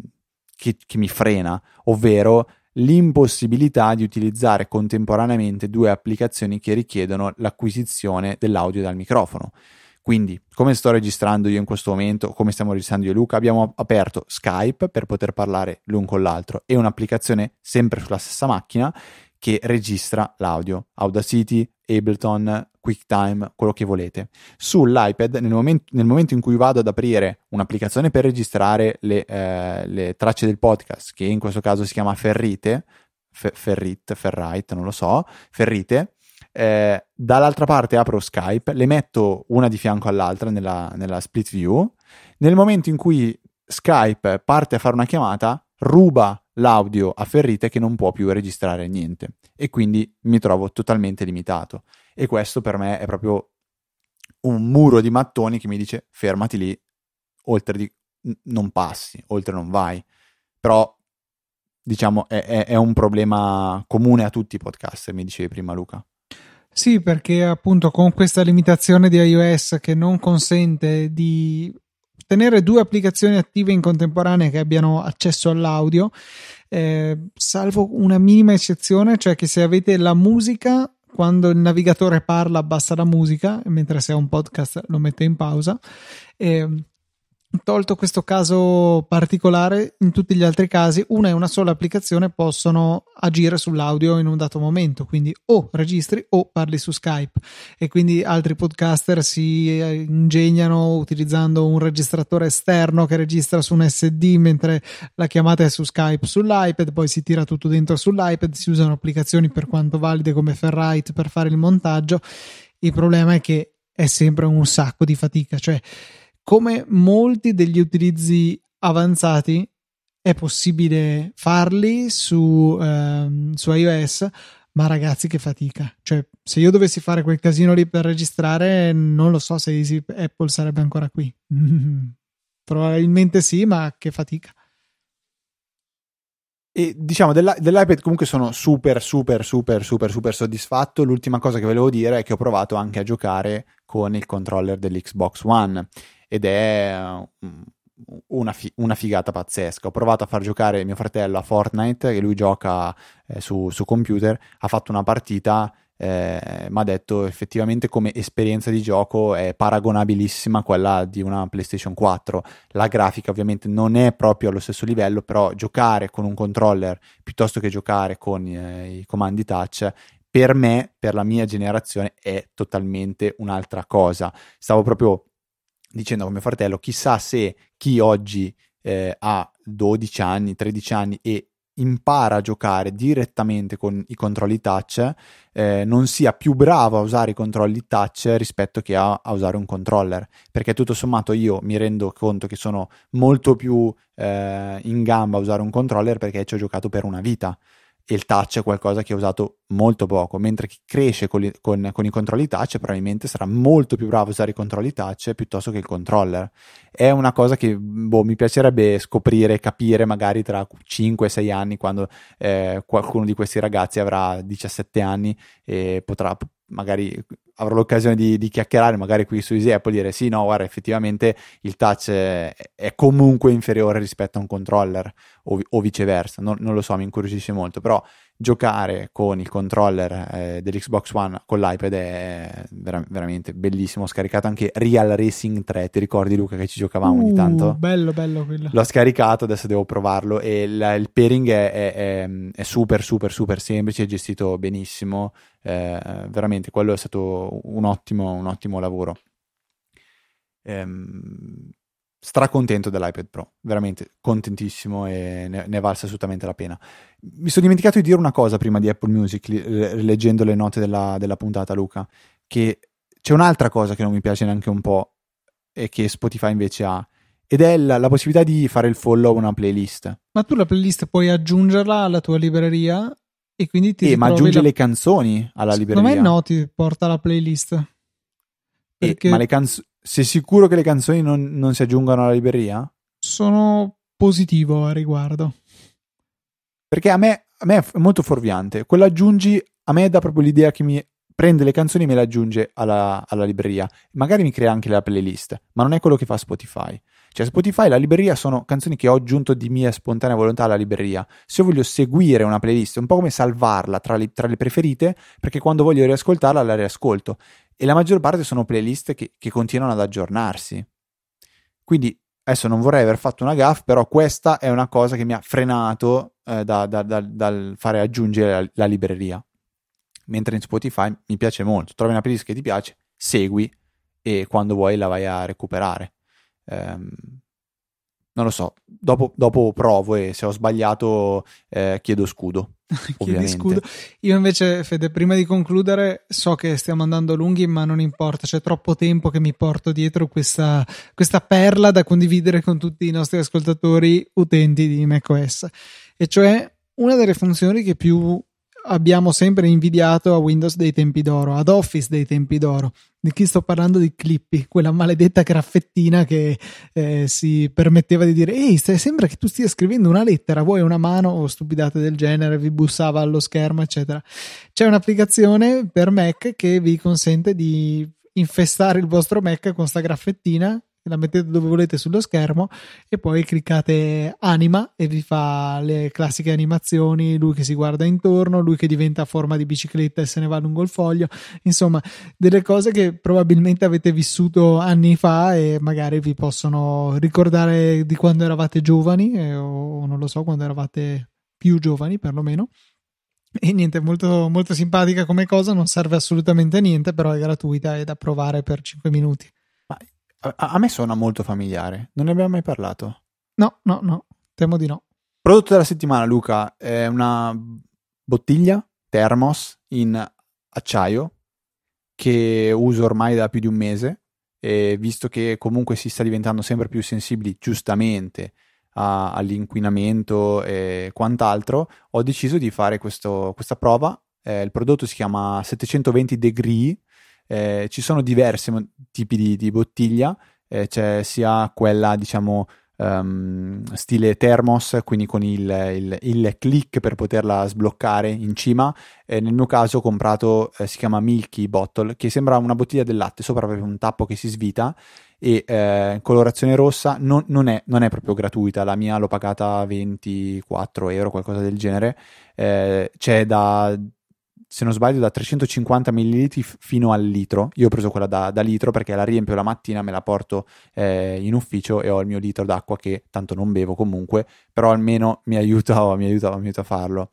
che, che mi frena, ovvero l'impossibilità di utilizzare contemporaneamente due applicazioni che richiedono l'acquisizione dell'audio dal microfono. Quindi, come sto registrando io in questo momento, come stiamo registrando io e Luca, abbiamo aperto Skype per poter parlare l'un con l'altro, e un'applicazione sempre sulla stessa macchina che registra l'audio, Audacity, Ableton, QuickTime, quello che volete. Sull'iPad, nel momento, nel momento in cui vado ad aprire un'applicazione per registrare le, eh, le tracce del podcast, che in questo caso si chiama Ferrite, F- Ferrit, Ferrite, non lo so, Ferrite, eh, dall'altra parte apro Skype, le metto una di fianco all'altra nella, nella split view. Nel momento in cui Skype parte a fare una chiamata, ruba l'audio a Ferrite, che non può più registrare niente, e quindi mi trovo totalmente limitato. E questo per me è proprio un muro di mattoni che mi dice fermati lì, oltre di non passi, oltre non vai. Però diciamo è, è, è un problema comune a tutti i podcaster, mi dicevi prima Luca. Sì, perché appunto con questa limitazione di iOS che non consente di tenere due applicazioni attive in contemporanea che abbiano accesso all'audio, eh, salvo una minima eccezione, cioè che se avete la musica, quando il navigatore parla abbassa la musica, mentre se è un podcast lo mette in pausa. Eh, tolto questo caso particolare, in tutti gli altri casi una e una sola applicazione possono agire sull'audio in un dato momento, quindi o registri o parli su Skype, e quindi altri podcaster si ingegnano utilizzando un registratore esterno che registra su un S D mentre la chiamata è su Skype sull'iPad, poi si tira tutto dentro sull'iPad, si usano applicazioni per quanto valide come Ferrite per fare il montaggio. Il problema è che è sempre un sacco di fatica, cioè come molti degli utilizzi avanzati è possibile farli su, ehm, su iOS, ma ragazzi che fatica, cioè se io dovessi fare quel casino lì per registrare non lo so se Easy Apple sarebbe ancora qui. Probabilmente sì, ma che fatica. E diciamo della, dell'iPad comunque sono super super super super super soddisfatto. L'ultima cosa che volevo dire è che ho provato anche a giocare con il controller dell'Xbox One ed è una, fi- una figata pazzesca. Ho provato a far giocare mio fratello a Fortnite, che lui gioca eh, su, su computer, ha fatto una partita, eh, mi ha detto effettivamente come esperienza di gioco è paragonabilissima a quella di una PlayStation quattro. La grafica ovviamente non è proprio allo stesso livello, però giocare con un controller piuttosto che giocare con eh, i comandi touch, per me, per la mia generazione, è totalmente un'altra cosa. Stavo proprio dicendo con mio fratello, chissà se chi oggi eh, ha dodici anni, tredici anni e impara a giocare direttamente con i controlli touch eh, non sia più bravo a usare i controlli touch rispetto che a, a usare un controller, perché tutto sommato io mi rendo conto che sono molto più eh, in gamba a usare un controller perché ci ho giocato per una vita. E il touch è qualcosa che ho usato molto poco, mentre chi cresce con, li, con, con i controlli touch probabilmente sarà molto più bravo a usare i controlli touch piuttosto che il controller. È una cosa che boh, mi piacerebbe scoprire, capire magari tra cinque sei anni, quando eh, qualcuno di questi ragazzi avrà diciassette anni e potrà magari avrò l'occasione di, di chiacchierare magari qui su Easy Apple, dire sì, no, guarda, effettivamente il touch è, è comunque inferiore rispetto a un controller o, o viceversa, non, non lo so, mi incuriosisce molto, però giocare con il controller eh, dell'Xbox One con l'iPad è vera- veramente bellissimo. Ho scaricato anche Real Racing tre, ti ricordi Luca che ci giocavamo uh, ogni tanto? Bello, bello quello. L'ho scaricato, adesso devo provarlo e il, il pairing è, è, è, è super super super semplice, è gestito benissimo, eh, veramente quello è stato un ottimo, un ottimo lavoro. Ehm, stracontento dell'iPad Pro, veramente contentissimo e ne, ne valsa assolutamente la pena. Mi sono dimenticato di dire una cosa prima di Apple Music, leggendo le note della, della puntata, Luca, che c'è un'altra cosa che non mi piace neanche un po' e che Spotify invece ha, ed è la, la possibilità di fare il follow a una playlist. Ma tu la playlist puoi aggiungerla alla tua libreria e quindi ti eh, ma aggiunge la... le canzoni alla Secondo libreria. me no, ti porta la playlist. Perché eh, ma le canzoni, sei sicuro che le canzoni non, non si aggiungano alla libreria? Sono positivo a riguardo. Perché a me, a me è molto fuorviante. Quello aggiungi, a me dà proprio l'idea che mi prende le canzoni e me le aggiunge alla, alla libreria. Magari mi crea anche la playlist, ma non è quello che fa Spotify. Cioè Spotify, la libreria sono canzoni che ho aggiunto di mia spontanea volontà alla libreria. Se io voglio seguire una playlist, è un po' come salvarla tra le, tra le preferite, perché quando voglio riascoltarla la riascolto. E la maggior parte sono playlist che, che continuano ad aggiornarsi. Quindi adesso non vorrei aver fatto una gaffe, però questa è una cosa che mi ha frenato eh, da, da, da, dal fare aggiungere la, la libreria. mentre in Spotify mi piace molto. Trovi una playlist che ti piace, segui e quando vuoi la vai a recuperare. Ehm, non lo so, dopo, dopo provo e se ho sbagliato eh, chiedo scudo. Chiedi scudo. Io invece, Fede, prima di concludere, so che stiamo andando lunghi, ma non importa, c'è troppo tempo che mi porto dietro questa, questa perla da condividere con tutti i nostri ascoltatori utenti di macOS, e cioè una delle funzioni che più abbiamo sempre invidiato a Windows dei tempi d'oro, ad Office dei tempi d'oro. Di chi sto parlando? Di Clippy, quella maledetta graffettina che eh, si permetteva di dire: ehi, sembra che tu stia scrivendo una lettera, vuoi una mano, o stupidate del genere, vi bussava allo schermo eccetera. C'è un'applicazione per Mac che vi consente di infestare il vostro Mac con sta graffettina, la mettete dove volete sullo schermo e poi cliccate anima e vi fa le classiche animazioni, lui che si guarda intorno, lui che diventa a forma di bicicletta e se ne va lungo il foglio, insomma delle cose che probabilmente avete vissuto anni fa e magari vi possono ricordare di quando eravate giovani eh, o non lo so, quando eravate più giovani perlomeno. E niente, molto, molto simpatica come cosa, non serve assolutamente a niente, però è gratuita e da provare per cinque minuti. A, a me suona molto familiare, non ne abbiamo mai parlato? No, no, no, temo di no. Prodotto della settimana, Luca, è una bottiglia Thermos in acciaio che uso ormai da più di un mese, e visto che comunque si sta diventando sempre più sensibili, giustamente, a, all'inquinamento e quant'altro, ho deciso di fare questo, questa prova. Eh, il prodotto si chiama settecentoventi Degree. Eh, ci sono diversi tipi di, di bottiglia, eh, c'è sia quella diciamo um, stile Thermos, quindi con il, il, il click per poterla sbloccare in cima. Eh, nel mio caso ho comprato, eh, si chiama Milky Bottle, che sembra una bottiglia del latte, sopra aveva un tappo che si svita e eh, colorazione rossa, non, non, è, non è proprio gratuita, la mia l'ho pagata ventiquattro euro, qualcosa del genere. Eh, c'è da, se non sbaglio, da trecentocinquanta millilitri fino al litro. Io ho preso quella da, da litro perché la riempio la mattina, me la porto eh, in ufficio e ho il mio litro d'acqua che tanto non bevo comunque, però almeno mi aiuta, mi aiuta, mi aiuta a farlo.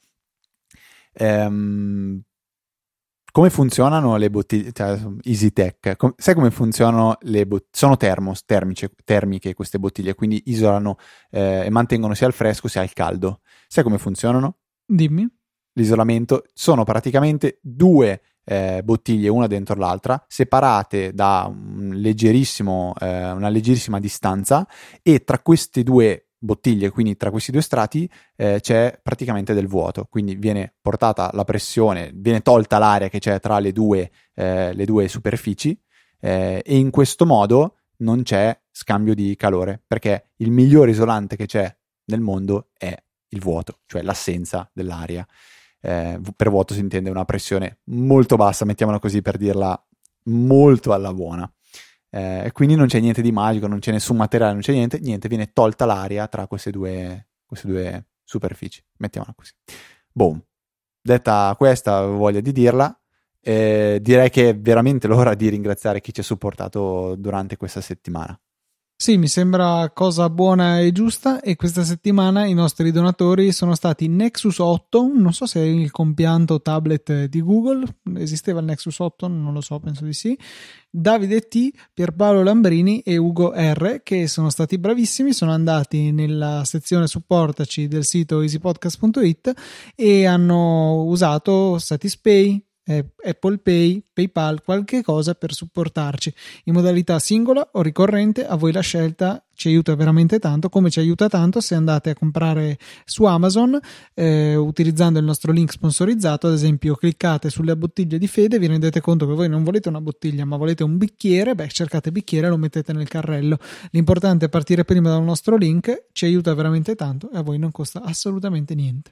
Ehm, come funzionano le bottiglie, cioè, EasyTech? Com- sai come funzionano le bottiglie? Sono termos, termiche, termiche queste bottiglie, quindi isolano eh, e mantengono sia il fresco sia il caldo. Sai come funzionano? Dimmi. L'isolamento sono praticamente due eh, bottiglie una dentro l'altra, separate da un leggerissimo, eh, una leggerissima distanza, e tra queste due bottiglie, quindi tra questi due strati, eh, c'è praticamente del vuoto, quindi viene portata la pressione, viene tolta l'aria che c'è tra le due, eh, le due superfici, eh, e in questo modo non c'è scambio di calore, perché il migliore isolante che c'è nel mondo è il vuoto, cioè l'assenza dell'aria. Eh, per vuoto si intende una pressione molto bassa, mettiamola così per dirla molto alla buona, eh, quindi non c'è niente di magico, non c'è nessun materiale, non c'è niente, niente, viene tolta l'aria tra queste due, queste due superfici, mettiamola così. Boom. Detta questa, ho voglia di dirla, eh, direi che è veramente l'ora di ringraziare chi ci ha supportato durante questa settimana. Sì, mi sembra cosa buona e giusta, e questa settimana i nostri donatori sono stati Nexus otto, non so se è il compianto tablet di Google, esisteva il Nexus otto, non lo so, penso di sì, Davide T, Pierpaolo Lambrini e Ugo R, che sono stati bravissimi, sono andati nella sezione supportaci del sito easypodcast punto it e hanno usato Satispay, Apple Pay, PayPal, qualche cosa per supportarci in modalità singola o ricorrente. A voi la scelta, ci aiuta veramente tanto, come ci aiuta tanto se andate a comprare su Amazon eh, utilizzando il nostro link sponsorizzato. Ad esempio, cliccate sulle bottiglie di Fede, vi rendete conto che voi non volete una bottiglia ma volete un bicchiere, beh, cercate bicchiere e lo mettete nel carrello. L'importante è partire prima dal nostro link, ci aiuta veramente tanto e a voi non costa assolutamente niente.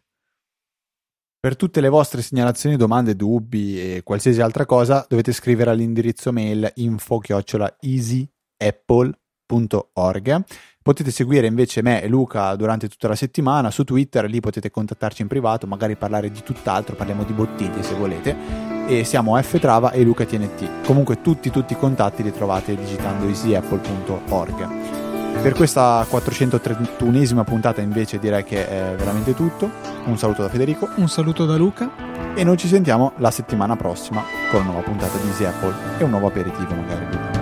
Per tutte le vostre segnalazioni, domande, dubbi e qualsiasi altra cosa dovete scrivere all'indirizzo mail info chiocciola easyapple punto org. Potete seguire invece me e Luca durante tutta la settimana su Twitter, lì potete contattarci in privato, magari parlare di tutt'altro, parliamo di bottiglie se volete, e siamo Ftrava e Luca T N T. Comunque tutti, tutti i contatti li trovate digitando easyapple punto org. Per questa quattrocentotrentunesima puntata invece direi che è veramente tutto. Un saluto da Federico. Un saluto da Luca. E noi ci sentiamo la settimana prossima con una nuova puntata di Easy Apple e un nuovo aperitivo magari.